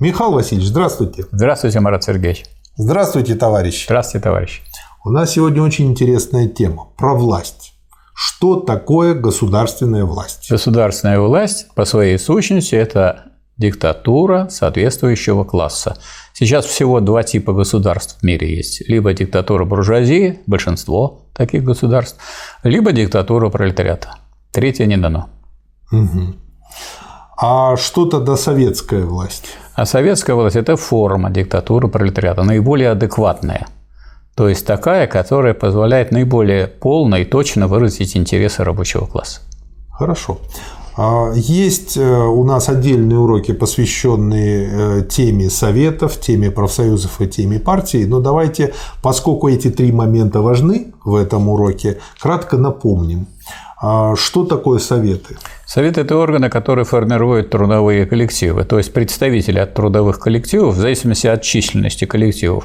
Михаил Васильевич, здравствуйте. Здравствуйте, Марат Сергеевич. Здравствуйте, товарищи. Здравствуйте, товарищи. У нас сегодня очень интересная тема – про власть. Что такое государственная власть? Государственная власть по своей сущности – это диктатура соответствующего класса. Сейчас всего два типа государств в мире есть. Либо диктатура буржуазии, большинство таких государств, либо диктатура пролетариата. Третье не дано. Угу. А что тогда советская власть? А советская власть – это форма диктатуры пролетариата, наиболее адекватная. То есть такая, которая позволяет наиболее полно и точно выразить интересы рабочего класса. Хорошо. Есть у нас отдельные уроки, посвященные теме советов, теме профсоюзов и теме партий. Но давайте, поскольку эти три момента важны в этом уроке, кратко напомним. Что такое советы? Советы – это органы, которые формируют трудовые коллективы, то есть представители от трудовых коллективов, в зависимости от численности коллективов,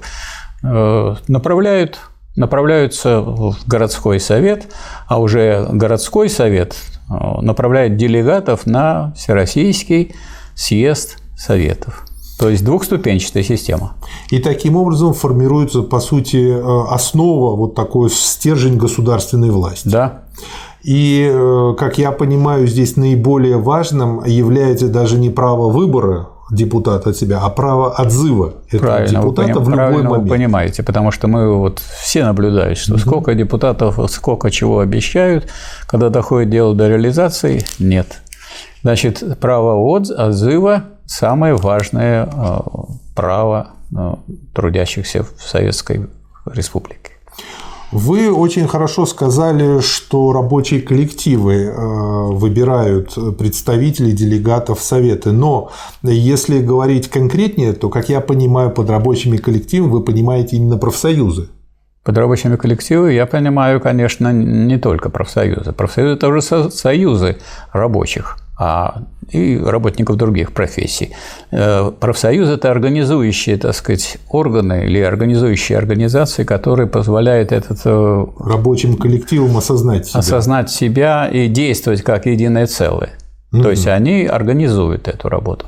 направляются в городской совет, а уже городской совет направляет делегатов на Всероссийский съезд советов. То есть двухступенчатая система. И таким образом формируется, по сути, основа, вот такой стержень государственной власти. Да. И, как я понимаю, здесь наиболее важным является даже не право выбора депутата от себя, а право отзыва этого депутата в любой момент. Вы понимаете, потому что мы вот все наблюдают, что сколько депутатов, сколько чего обещают, когда доходит дело до реализации – нет. Значит, право отзыва – самое важное право трудящихся в Советской Республике. Вы очень хорошо сказали, что рабочие коллективы выбирают представителей, делегатов в Советы. Но если говорить конкретнее, то, как я понимаю, под рабочими коллективами вы понимаете именно профсоюзы. Под рабочими коллективами я понимаю, конечно, не только профсоюзы. Профсоюзы – это уже союзы рабочих и работников других профессий. Профсоюз – это организующие, так сказать, органы или организующие организации, которые позволяют рабочим коллективам осознать себя и действовать как единое целое. То есть они организуют эту работу.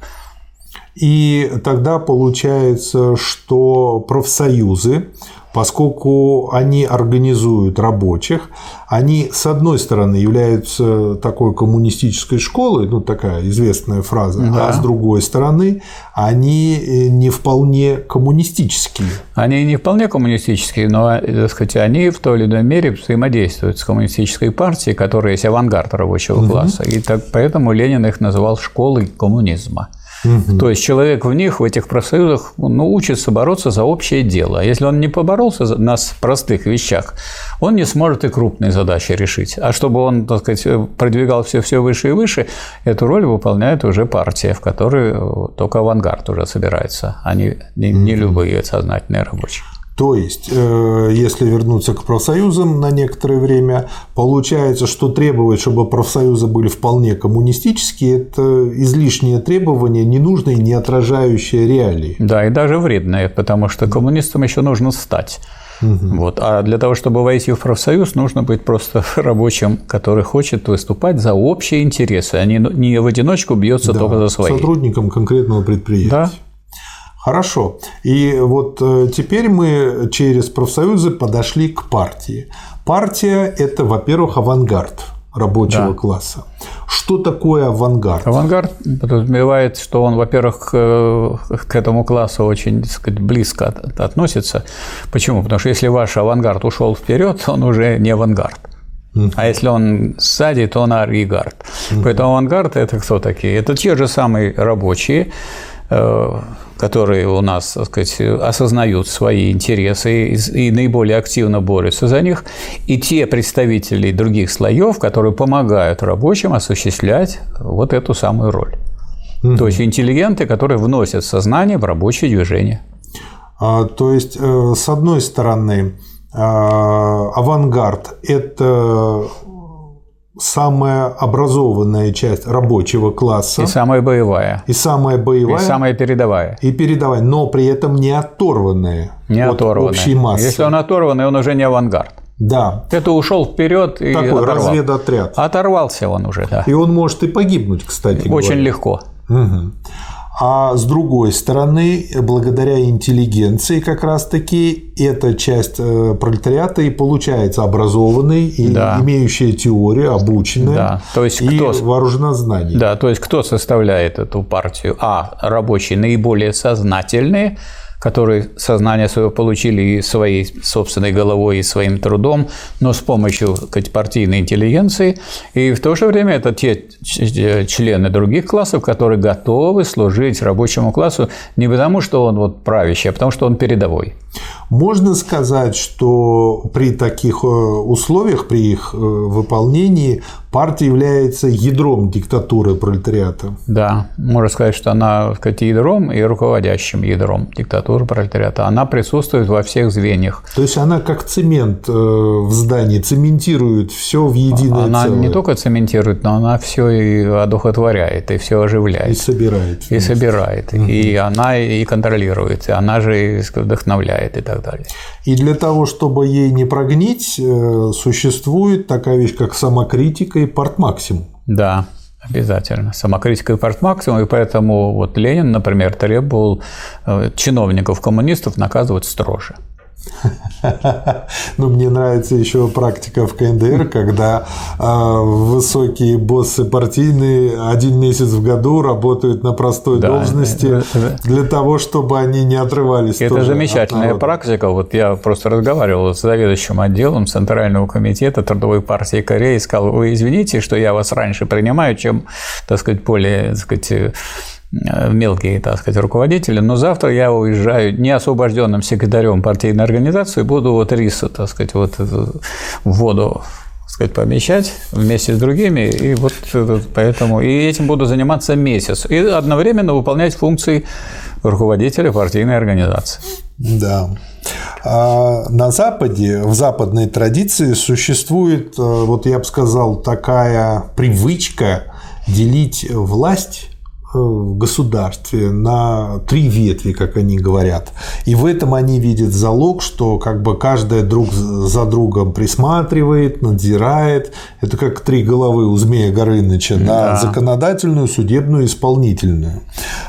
И тогда получается, что профсоюзы, поскольку они организуют рабочих, они, с одной стороны, являются такой коммунистической школой, ну, такая известная фраза, да. А с другой стороны, они не вполне коммунистические. Они не вполне коммунистические, но, так сказать, они в той или иной мере взаимодействуют с коммунистической партией, которая есть авангард рабочего класса, и поэтому Ленин их называл школой коммунизма. То есть человек в них, в этих профсоюзах, учится бороться за общее дело. А если он не поборолся на простых вещах, он не сможет и крупные задачи решить. А чтобы он, так сказать, продвигал все выше и выше, эту роль выполняет уже партия, в которой только авангард уже собирается, а не любые сознательные рабочие. То есть, если вернуться к профсоюзам на некоторое время, получается, что требовать, чтобы профсоюзы были вполне коммунистические, это излишнее требование, ненужное и не отражающее реалии. Да, и даже вредное, потому что коммунистам еще нужно стать. Вот. А для того, чтобы войти в профсоюз, нужно быть просто рабочим, который хочет выступать за общие интересы, а не в одиночку бьется только за свои. Сотрудником конкретного предприятия. Да. Хорошо. И вот теперь мы через профсоюзы подошли к партии. Партия – это, во-первых, авангард рабочего класса. Что такое авангард? Авангард подразумевает, что он, во-первых, к этому классу очень, так сказать, близко относится. Почему? Потому что если ваш авангард ушел вперед, он уже не авангард. А если он сзади, то он аригард. Поэтому авангард – это кто такие? Это те же самые рабочие, которые у нас, так сказать, осознают свои интересы и наиболее активно борются за них, и те представители других слоев, которые помогают рабочим осуществлять вот эту самую роль. То есть интеллигенты, которые вносят сознание в рабочее движение. То есть, с одной стороны, авангард – это самая образованная часть рабочего класса. И самая боевая. И самая боевая. И самая передовая. И передовая, но при этом не оторванная от общей массы. Если он оторванный, он уже не авангард. Да. Это ушел вперед и такой оторвал. Разведотряд. Оторвался он уже, да. И он может и погибнуть, кстати говоря. Очень легко. Угу. А с другой стороны, благодаря интеллигенции как раз-таки эта часть пролетариата и получается образованной, и имеющая теорию, обученная, то есть и вооружена знаниями. Да, то есть кто составляет эту партию? Рабочие наиболее сознательные, которые сознание свое получили и своей собственной головой, и своим трудом, но с помощью партийной интеллигенции. И в то же время это те члены других классов, которые готовы служить рабочему классу не потому, что он правящий, а потому, что он передовой. Можно сказать, что при таких условиях, при их выполнении, партия является ядром диктатуры пролетариата. Да, можно сказать, что она ядром и руководящим ядром диктатуры пролетариата. Она присутствует во всех звеньях. То есть она как цемент в здании, цементирует все в единое она целое. Она не только цементирует, но она все и одухотворяет, и все оживляет. И собирает. И собирает. И она и контролирует, и она же вдохновляет и так далее. И для того, чтобы ей не прогнить, существует такая вещь, как самокритика и партмаксимум. Да, обязательно. Самокритика и партмаксимум. И поэтому Ленин, например, требовал чиновников-коммунистов наказывать строже. Ну, мне нравится еще практика в КНДР, когда высокие боссы партийные 1 месяц в году работают на простой должности для того, чтобы они не отрывались. Это замечательная практика. Я просто разговаривал с заведующим отделом Центрального комитета Трудовой партии Кореи и сказал: вы извините, что я вас раньше принимаю, чем, более, мелкие, руководители, но завтра я уезжаю неосвобожденным секретарем партийной организации, буду риса, в воду, помещать вместе с другими, и поэтому и этим буду заниматься месяц, и одновременно выполнять функции руководителя партийной организации. Да. На Западе, в западной традиции существует, я бы сказал, такая привычка делить власть в государстве на 3 ветви, как они говорят. И в этом они видят залог, что каждая друг за другом присматривает, надзирает. Это как 3 головы у Змея Горыныча на законодательную, судебную, исполнительную.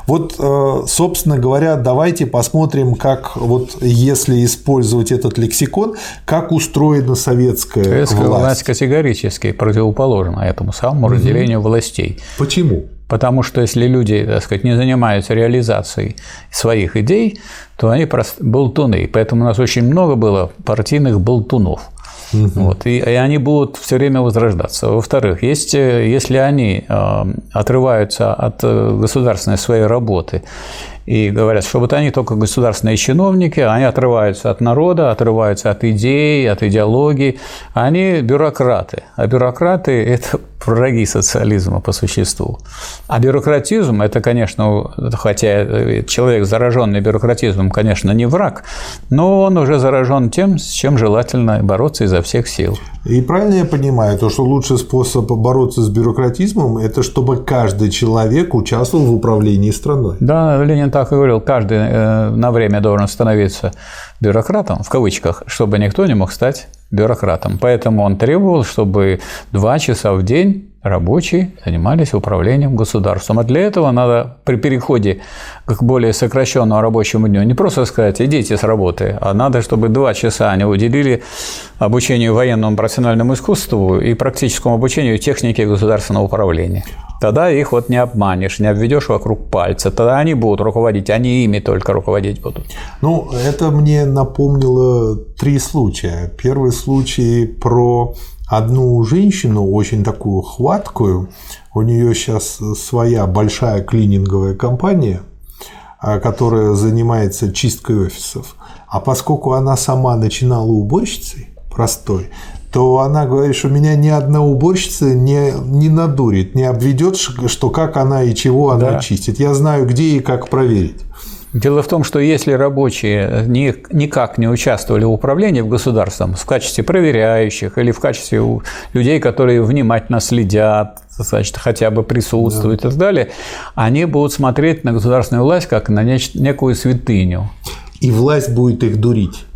Собственно говоря, давайте посмотрим, как если использовать этот лексикон, как устроена советская власть. Власть категорически противоположна этому самому разделению властей. Почему? Потому что если люди, не занимаются реализацией своих идей, то они болтуны. Поэтому у нас очень много было партийных болтунов. И они будут все время возрождаться. Во-вторых, если они отрываются от государственной своей работы и говорят, что они только государственные чиновники, они отрываются от народа, отрываются от идей, от идеологии, они бюрократы. А бюрократы – это враги социализма по существу. А бюрократизм – это, конечно, хотя человек, зараженный бюрократизмом, конечно, не враг, но он уже заражен тем, с чем желательно бороться изо всех сил. И правильно я понимаю, что лучший способ бороться с бюрократизмом – это чтобы каждый человек участвовал в управлении страной. Да, Ленин так и говорил, каждый на время должен становиться бюрократом, в кавычках, чтобы никто не мог стать бюрократом. Поэтому он требовал, чтобы 2 часа в день рабочие занимались управлением государством. А для этого надо при переходе к более сокращенному рабочему дню не просто сказать «идите с работы», а надо, чтобы 2 часа они уделили обучению военному профессиональному искусству и практическому обучению технике государственного управления. Тогда их не обманешь, не обведешь вокруг пальца. Тогда они будут руководить, они ими только руководить будут. Это мне напомнило 3 случая. Первый случай про одну женщину, очень такую хваткую. У нее сейчас своя большая клининговая компания, которая занимается чисткой офисов. А поскольку она сама начинала уборщицей простой, то она говорит, что меня ни одна уборщица не надурит, не обведет, что как она и чего она чистит. Я знаю, где и как проверить. Дело в том, что если рабочие никак не участвовали в управлении в государством в качестве проверяющих или в качестве людей, которые внимательно следят, хотя бы присутствуют и так далее, они будут смотреть на государственную власть как на некую святыню. И власть будет их дурить.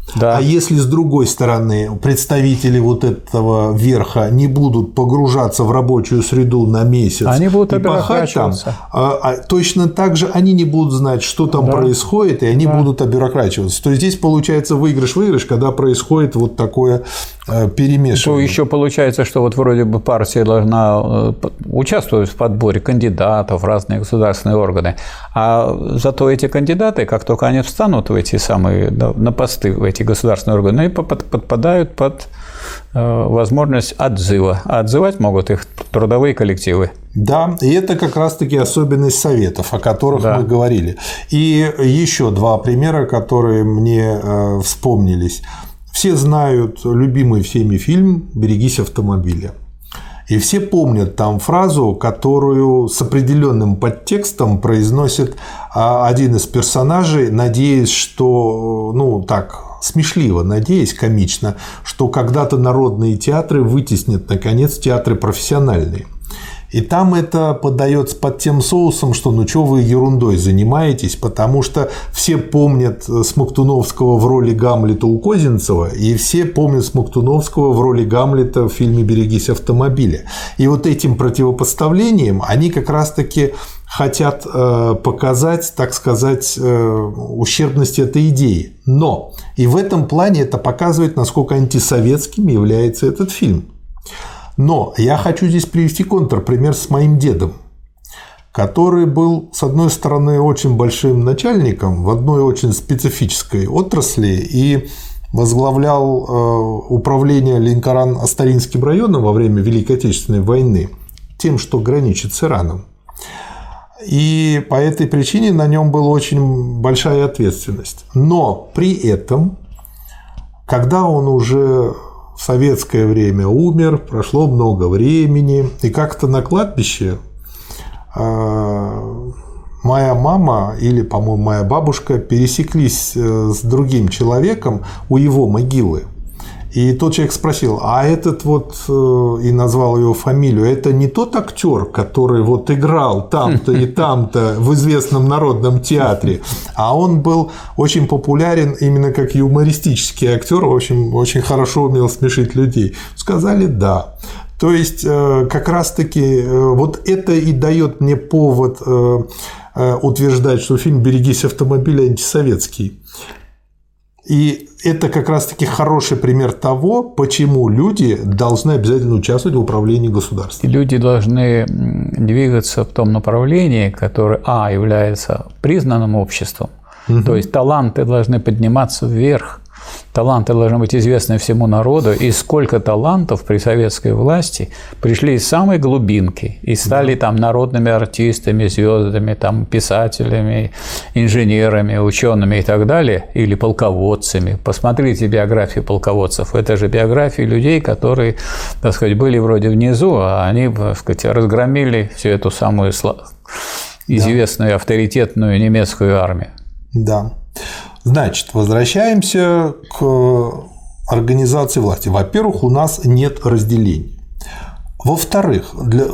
Да. А если с другой стороны представители вот этого верха не будут погружаться в рабочую среду на месяц, они будут и пахать там, точно так же они не будут знать, что там происходит, и они будут обюрокративаться. То есть здесь получается выигрыш-выигрыш, когда происходит вот такое перемешивание. То еще получается, что вот вроде бы партия должна участвовать в подборе кандидатов в разные государственные органы, а зато эти кандидаты, как только они встанут в эти самые, на посты в эти государственные органы, они подпадают под возможность отзыва. А отзывать могут их трудовые коллективы. Да, и это как раз-таки особенность советов, о которых мы говорили. И еще два примера, которые мне вспомнились. Все знают любимый всеми фильм «Берегись автомобиля». И все помнят там фразу, которую с определенным подтекстом произносит один из персонажей, надеясь, что, смешливо, надеясь, комично, что когда-то народные театры вытеснят, наконец, театры профессиональные. И там это подается под тем соусом, что что вы ерундой занимаетесь, потому что все помнят Смоктуновского в роли Гамлета у Козинцева, и все помнят Смоктуновского в роли Гамлета в фильме «Берегись автомобиля». И вот этим противопоставлением они как раз-таки хотят показать, так сказать, ущербность этой идеи. Но и в этом плане это показывает, насколько антисоветским является этот фильм. Но я хочу здесь привести контрпример с моим дедом, который был, с одной стороны, очень большим начальником в одной очень специфической отрасли и возглавлял управление Ленкоран-Астаринским районом во время Великой Отечественной войны, тем, что граничит с Ираном. И по этой причине на нем была очень большая ответственность. Но при этом, когда он уже в советское время умер, прошло много времени, и как-то на кладбище моя мама или, по-моему, моя бабушка пересеклись с другим человеком у его могилы. И тот человек спросил, а этот вот, и назвал его фамилию, это не тот актер, который вот играл там-то и там-то в известном народном театре, а он был очень популярен именно как юмористический актер, очень хорошо умел смешить людей. Сказали да. То есть как раз-таки вот это и дает мне повод утверждать, что фильм «Берегись автомобиля» антисоветский. И это как раз-таки хороший пример того, почему люди должны обязательно участвовать в управлении государством. И люди должны двигаться в том направлении, которое, является признанным обществом. То есть таланты должны подниматься вверх. Таланты должны быть известны всему народу, и сколько талантов при советской власти пришли из самой глубинки и стали там народными артистами, звездами, там, писателями, инженерами, учеными и так далее, или полководцами. Посмотрите биографии полководцев. Это же биографии людей, которые, так сказать, были вроде внизу, а они, так сказать, разгромили всю эту самую известную авторитетную немецкую армию. Да. Значит, возвращаемся к организации власти. Во-первых, у нас нет разделений. Во-вторых,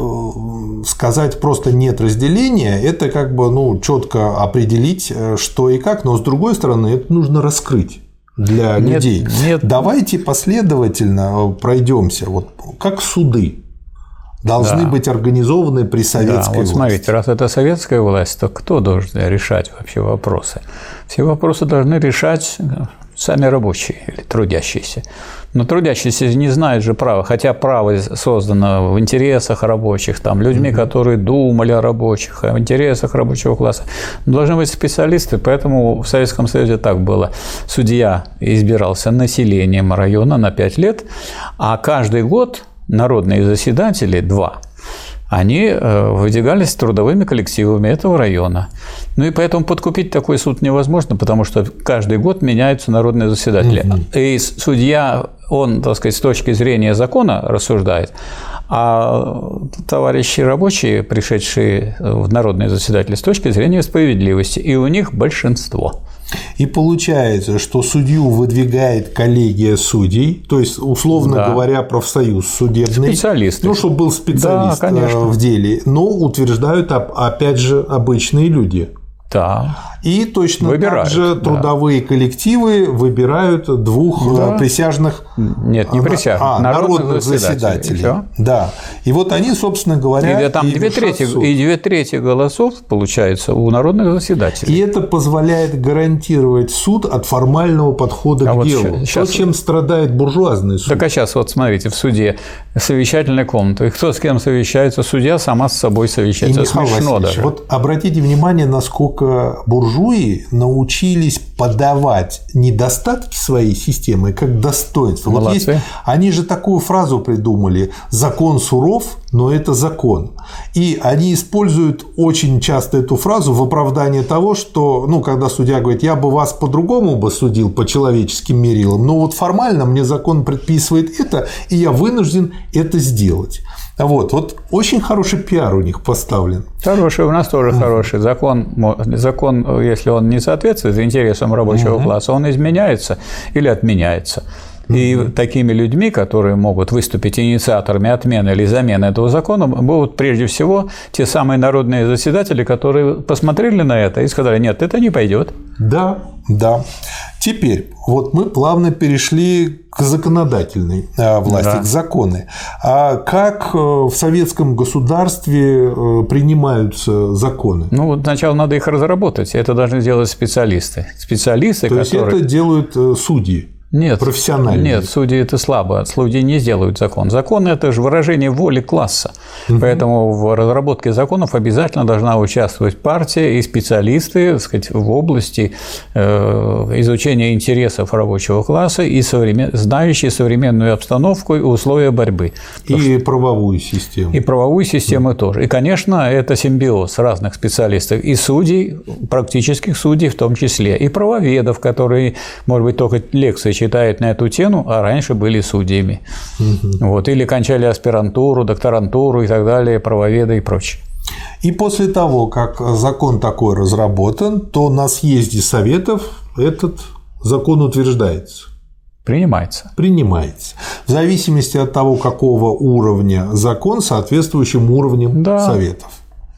сказать просто нет разделения – это как бы четко определить, что и как, но с другой стороны, это нужно раскрыть для людей. Давайте последовательно пройдемся, вот как суды должны быть организованы при советской власти. Смотрите, раз это советская власть, то кто должен решать вообще вопросы? Все вопросы должны решать сами рабочие или трудящиеся. Но трудящиеся не знают же права, хотя право создано в интересах рабочих, там, людьми, которые думали о рабочих, о интересах рабочего класса. Должны быть специалисты, поэтому в Советском Союзе так было. Судья избирался населением района на 5 лет, а каждый год народные заседатели, 2, они выдвигались трудовыми коллективами этого района. Ну и поэтому подкупить такой суд невозможно, потому что каждый год меняются народные заседатели. И судья, он, так сказать, с точки зрения закона рассуждает, а товарищи рабочие, пришедшие в народные заседатели, с точки зрения справедливости, и у них большинство. И получается, что судью выдвигает коллегия судей, то есть, условно говоря, профсоюз судебный. Специалисты. Чтобы был специалист в деле, но утверждают, опять же, обычные люди. Да. И точно выбирают, так же трудовые коллективы выбирают двух присяжных народных заседателей. Да. И вот они, собственно говоря, и там две трети голосов, получается, у народных заседателей. И это позволяет гарантировать суд от формального подхода к делу. То, чем страдает буржуазный суд. Так а сейчас вот смотрите, в суде совещательная комната. И кто с кем совещается? Судья сама с собой совещается. Смешно даже. Вот обратите внимание, насколько буржуи научились подавать недостатки своей системы как достоинство. Вот есть, они же такую фразу придумали: закон суров, но это закон. И они используют очень часто эту фразу в оправдании того, что, когда судья говорит: я бы вас по-другому бы судил, по человеческим мерилам, но вот формально мне закон предписывает это, и я вынужден это сделать. Вот очень хороший пиар у них поставлен. Хороший, у нас тоже хороший. Закон, если он не соответствует интересам рабочего класса, он изменяется или отменяется. И такими людьми, которые могут выступить инициаторами отмены или замены этого закона, будут прежде всего те самые народные заседатели, которые посмотрели на это и сказали: нет, это не пойдет. Да. Теперь вот мы плавно перешли к законодательной власти, к закону. А как в советском государстве принимаются законы? Вот сначала надо их разработать. Это должны делать специалисты. То есть это делают судьи? Нет, профессиональные. Нет, судьи – это слабо. Судьи не сделают закон. Закон – это же выражение воли класса. Поэтому в разработке законов обязательно должна участвовать партия и специалисты, так сказать, в области изучения интересов рабочего класса и знающие современную обстановку и условия борьбы. И правовую систему. И правовую систему тоже. И, конечно, это симбиоз разных специалистов. И судей, практических судей в том числе. И правоведов, которые, может быть, только лекции читают на эту тему, а раньше были судьями. Или кончали аспирантуру, докторантуру и так далее, правоведы и прочее. И после того, как закон такой разработан, то на съезде советов этот закон утверждается. Принимается. В зависимости от того, какого уровня закон, соответствующим уровнем советов.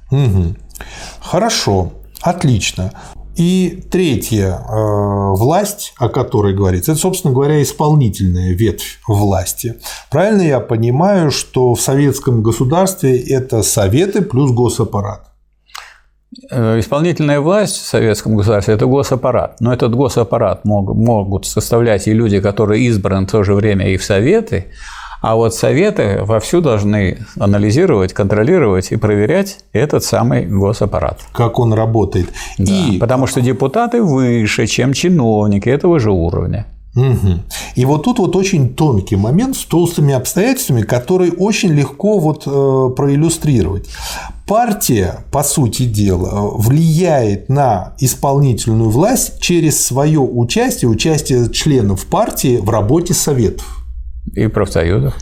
Хорошо, отлично. И третья власть, о которой говорится, это, собственно говоря, исполнительная ветвь власти. Правильно я понимаю, что в советском государстве это советы плюс госаппарат? Исполнительная власть в советском государстве – это госаппарат. Но этот госаппарат могут составлять и люди, которые избраны в то же время и в советы. А вот советы вовсю должны анализировать, контролировать и проверять этот самый госаппарат. Как он работает. Да, потому что депутаты выше, чем чиновники этого же уровня. И вот тут очень тонкий момент с толстыми обстоятельствами, который очень легко проиллюстрировать. Партия, по сути дела, влияет на исполнительную власть через свое участие членов партии в работе советов. И в профсоюзах.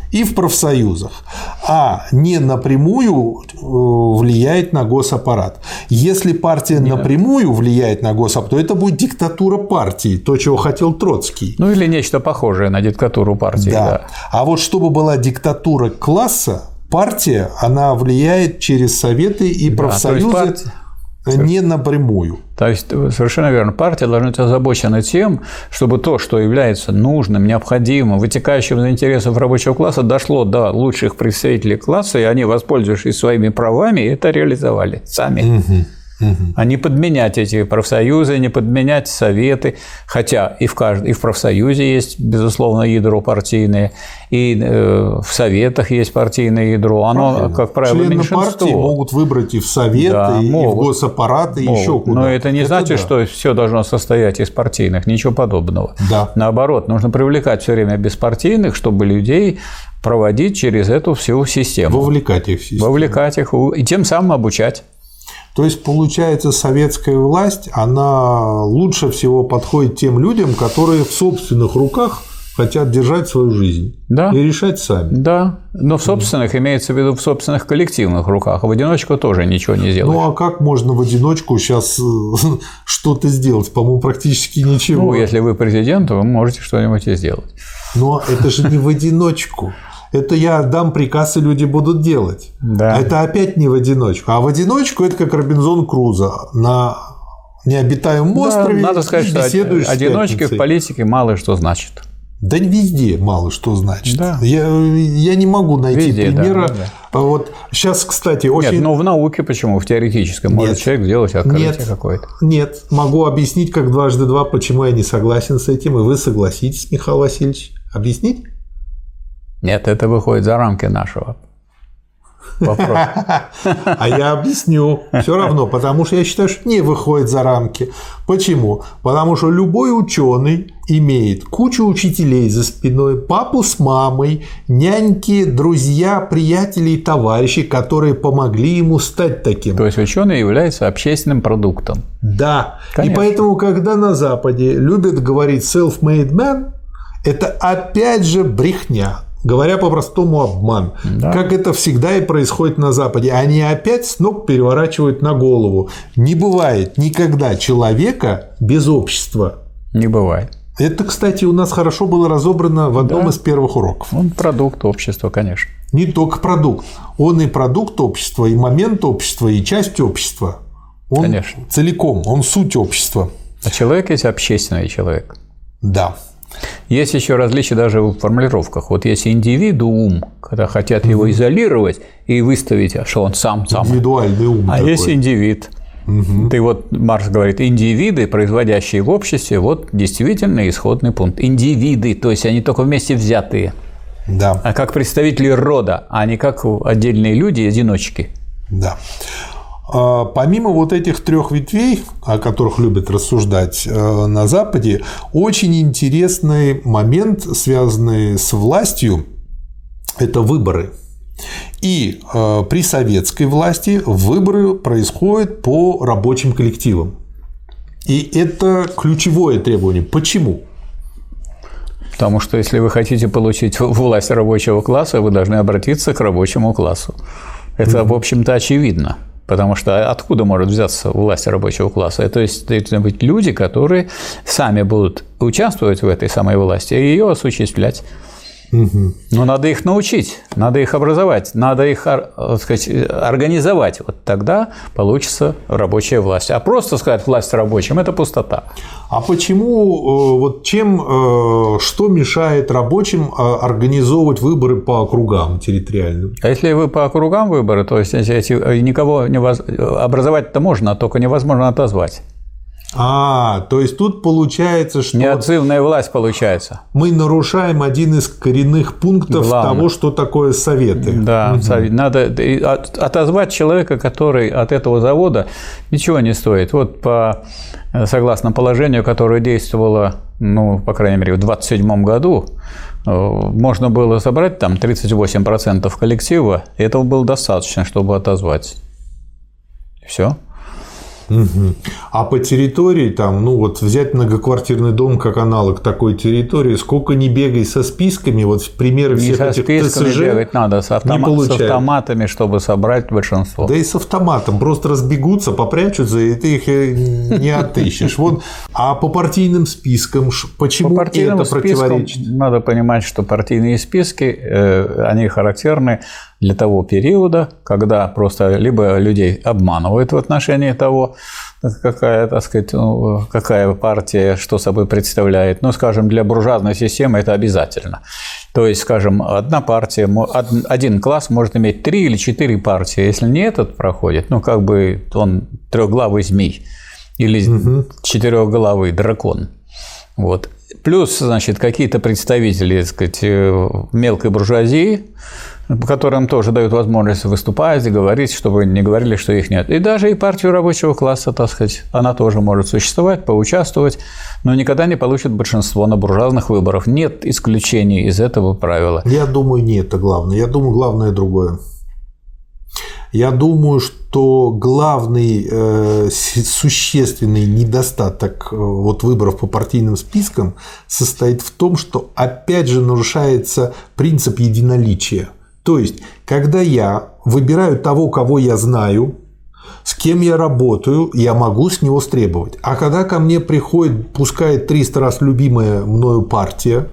А не напрямую влияет на госаппарат. Если партия напрямую влияет на госаппарат, то это будет диктатура партии, то, чего хотел Троцкий. Или нечто похожее на диктатуру партии. Да. А вот чтобы была диктатура класса, партия, она влияет через советы и профсоюзы. Не напрямую. То есть, совершенно верно, партия должна быть озабочена тем, чтобы то, что является нужным, необходимым, вытекающим из интересов рабочего класса, дошло до лучших представителей класса, и они, воспользовавшись своими правами, это реализовали сами. А не подменять эти профсоюзы, не подменять советы, хотя и в профсоюзе есть, безусловно, ядро партийное, и в советах есть партийное ядро, оно, как правило, меньшинство. Члены партии могут выбрать и в советы, и в госаппарат, и еще куда-то. Но это не значит, что все должно состоять из партийных, ничего подобного. Наоборот, нужно привлекать все время беспартийных, чтобы людей проводить через эту всю систему. Вовлекать их в систему. Вовлекать их и тем самым обучать. То есть, получается, советская власть, она лучше всего подходит тем людям, которые в собственных руках хотят держать свою жизнь и решать сами. Да, но в собственных, имеется в виду в собственных коллективных руках, а в одиночку тоже ничего не сделаешь. А как можно в одиночку сейчас что-то сделать? По-моему, практически ничего. Если вы президент, то вы можете что-нибудь и сделать. Но это же не в одиночку. Это я дам приказ, и люди будут делать. Это опять не в одиночку. А в одиночку это как Робинзон Крузо на необитаемом острове, надо сказать, что беседуешь одиночки в политике мало что значит. Да везде мало что значит. Да. Я не могу найти Везде, примера. да. Вот сейчас, кстати, очень... Нет, но в науке почему? В теоретической может человек сделать открытие какое-то. Нет, могу объяснить, как 2 × 2, почему я не согласен с этим, и вы согласитесь, Михаил Васильевич. Объяснить? Нет, это выходит за рамки нашего вопроса. А я объясню. Все равно, потому что я считаю, что не выходит за рамки. Почему? Потому что любой ученый имеет кучу учителей за спиной, папу с мамой, няньки, друзья, приятели и товарищи, которые помогли ему стать таким. То есть ученый является общественным продуктом. Да. Конечно. И поэтому, когда на Западе любят говорить self-made man, это опять же брехня. Говоря по-простому, обман. Да. Как это всегда и происходит на Западе. Они опять с ног переворачивают на голову. Не бывает никогда человека без общества. Не бывает. Это, кстати, у нас хорошо было разобрано в одном из первых уроков. Он продукт общества, конечно. Не только продукт. Он и продукт общества, и момент общества, и часть общества. Он конечно. Целиком, он суть общества. А человек есть общественный человек. Да. Есть еще различия даже в формулировках. Вот есть индивидуум, когда хотят его изолировать и выставить, что он сам. Индивидуальный ум. А такой. Есть индивид. Ты вот, Маркс говорит, индивиды, производящие в обществе, вот действительно исходный пункт. Индивиды, то есть они только вместе взятые. Да. А как представители рода, а не как отдельные люди, одиночки. Да. Помимо вот этих 3 ветвей, о которых любят рассуждать на Западе, очень интересный момент, связанный с властью, это выборы. И при советской власти выборы происходят по рабочим коллективам. И это ключевое требование. Почему? Потому что если вы хотите получить власть рабочего класса, вы должны обратиться к рабочему классу. Это, в общем-то, очевидно. Потому что откуда может взяться власть рабочего класса? То есть должны быть люди, которые сами будут участвовать в этой самой власти и ее осуществлять. Но надо их научить, надо их образовать, надо их, так сказать, организовать. Вот тогда получится рабочая власть. А просто сказать власть рабочим – это пустота. А почему, вот что мешает рабочим организовывать выборы по округам территориальным? А если вы по округам выборы, то есть никого образовать-то можно, а только невозможно отозвать. То есть тут получается, что… Неотзывная власть получается. Мы нарушаем один из коренных пунктов того, что такое советы. Да, надо отозвать человека, который от этого завода ничего не стоит. Вот согласно положению, которое действовало, по крайней мере, в 1927 году, можно было собрать там 38% коллектива, и этого было достаточно, чтобы отозвать. Все. А по территории, взять многоквартирный дом как аналог такой территории, сколько ни бегай со списками, вот примеры всех этих ТСЖ… Не со списками бегать надо, с автоматами, чтобы собрать большинство. Да и с автоматом, просто разбегутся, попрячутся, и ты их не отыщешь. А по партийным спискам почему это противоречит? Надо понимать, что партийные списки, они характерны для того периода, когда просто либо людей обманывают в отношении того, какая, так сказать, какая партия что собой представляет. Скажем, для буржуазной системы это обязательно. То есть, скажем, одна партия, один класс может иметь 3 или 4 партии. Если не этот проходит, он трехглавый змей или четырехглавый дракон. Вот. Плюс, значит, какие-то представители, так сказать, мелкой буржуазии, которым тоже дают возможность выступать и говорить, чтобы не говорили, что их нет. И даже и партию рабочего класса, так сказать, она тоже может существовать, поучаствовать, но никогда не получит большинство на буржуазных выборах. Нет исключений из этого правила. Я думаю, не это главное. Я думаю, главное другое. Я думаю, что главный существенный недостаток выборов по партийным спискам состоит в том, что опять же нарушается принцип единоличия. То есть, когда я выбираю того, кого я знаю, с кем я работаю, я могу с него стребовать. А когда ко мне приходит, пускай 300 раз любимая мною партия,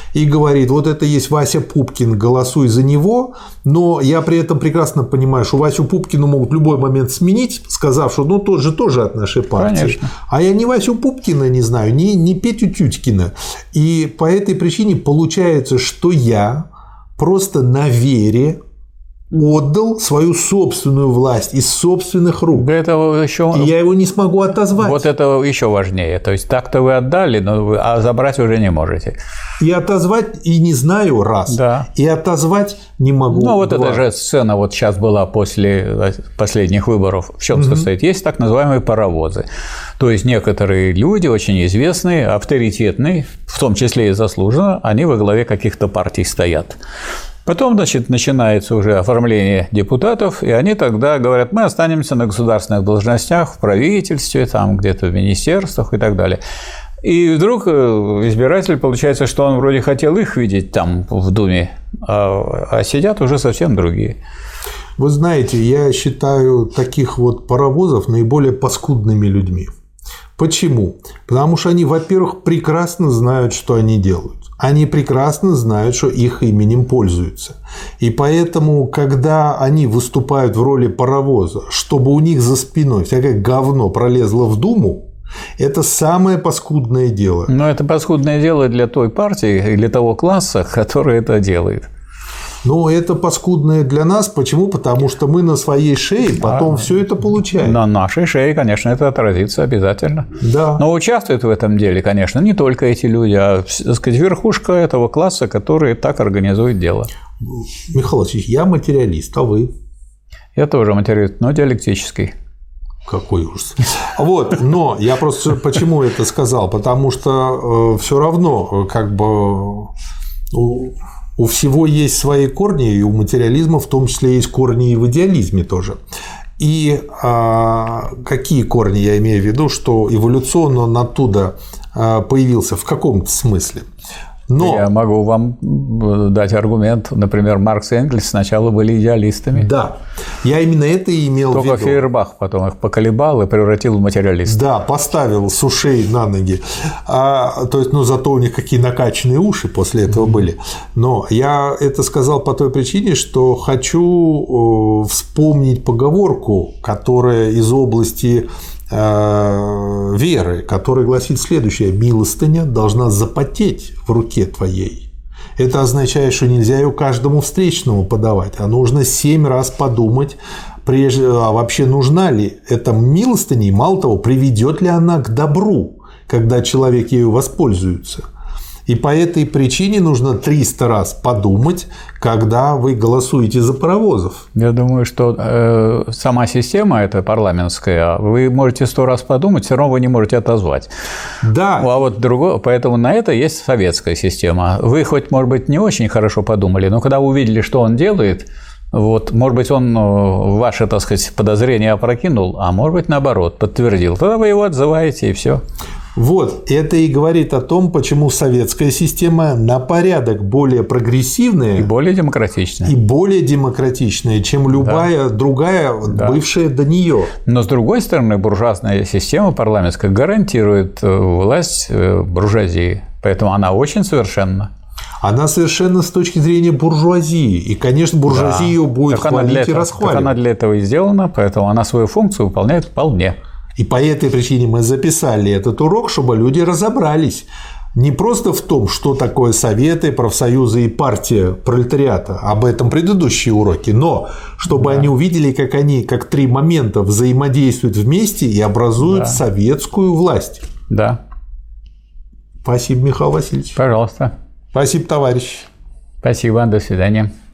и говорит, вот это есть Вася Пупкин, голосуй за него, но я при этом прекрасно понимаю, что Васю Пупкину могут в любой момент сменить, сказав, что ну тот же тоже от нашей партии. Конечно. А я ни Васю Пупкина не знаю, ни Петю Тютькина. И по этой причине получается, что я просто на вере отдал свою собственную власть из собственных рук. Для этого еще... И я его не смогу отозвать. Вот это еще важнее. То есть так-то вы отдали, а забрать уже не можете. И отозвать и не знаю раз. Да. И отозвать не могу. Ну, вот два. эта же сцена вот сейчас была после последних выборов. В чем состоит? Есть так называемые паровозы. То есть некоторые люди, очень известные, авторитетные, в том числе и заслуженно, они во главе каких-то партий стоят. Потом, значит, начинается уже оформление депутатов, и они тогда говорят, мы останемся на государственных должностях, в правительстве, там где-то в министерствах и так далее. И вдруг избиратель, получается, что он вроде хотел их видеть там в Думе, а сидят уже совсем другие. Вы знаете, я считаю таких вот паровозов наиболее паскудными людьми. Почему? Потому что они, во-первых, прекрасно знают, что они делают. Они прекрасно знают, что их именем пользуются. И поэтому, когда они выступают в роли паровоза, чтобы у них за спиной всякое говно пролезло в Думу, это самое паскудное дело. Но это паскудное дело для той партии, для того класса, который это делает. Но это паскудное для нас. Почему? Потому что мы на своей шее потом все это получаем. На нашей шее, конечно, это отразится обязательно. Да. Но участвуют в этом деле, конечно, не только эти люди, а, так сказать, верхушка этого класса, который так организует дело. Михаил Васильевич, я материалист, а вы? Я тоже материалист, но диалектический. Какой ужас. Вот, но я просто почему это сказал? Потому что все равно, как бы у всего есть свои корни, и у материализма в том числе есть корни и в идеализме тоже. И какие корни я имею в виду, что эволюционно он оттуда появился в каком-то смысле. Но... Я могу вам дать аргумент. Например, Маркс и Энгельс сначала были идеалистами. Да, я именно это и имел в виду. Только Фейербах потом их поколебал и превратил в материалистов. Да, поставил с ушей на ноги. То есть, ну, зато у них какие накачанные уши после этого были. Но я это сказал по той причине, что хочу вспомнить поговорку, которая из области веры, которая гласит следующее: милостыня должна запотеть в руке твоей. Это означает, что нельзя ее каждому встречному подавать, а нужно 7 раз подумать, прежде, а вообще нужна ли эта милостыня, и мало того, приведет ли она к добру, когда человек ею воспользуется. И по этой причине нужно 300 раз подумать, когда вы голосуете за паровозов. Я думаю, что сама система эта парламентская, вы можете 100 раз подумать, все равно вы не можете отозвать. Да. А вот другое, поэтому на это есть советская система. Вы хоть, может быть, не очень хорошо подумали, но когда вы увидели, что он делает, вот, может быть, он ваше, так сказать, подозрение опрокинул, а может быть, наоборот, подтвердил. Тогда вы его отзываете, и все. Вот, это и говорит о том, почему советская система на порядок более прогрессивная и более демократичная. И более демократичная, чем любая другая, бывшая до нее. Но, с другой стороны, буржуазная система парламентская гарантирует власть буржуазии, поэтому она очень совершенна. Она совершенно с точки зрения буржуазии. И, конечно, буржуазия ее будет хвалить и расхваливать. Так она для этого и сделана, поэтому она свою функцию выполняет вполне. И по этой причине мы записали этот урок, чтобы люди разобрались не просто в том, что такое советы, профсоюзы и партия пролетариата, об этом предыдущие уроки, но чтобы они увидели, как они, как 3 момента взаимодействуют вместе и образуют советскую власть. Да. Спасибо, Михаил Васильевич. Пожалуйста. Спасибо, товарищ. Спасибо, до свидания.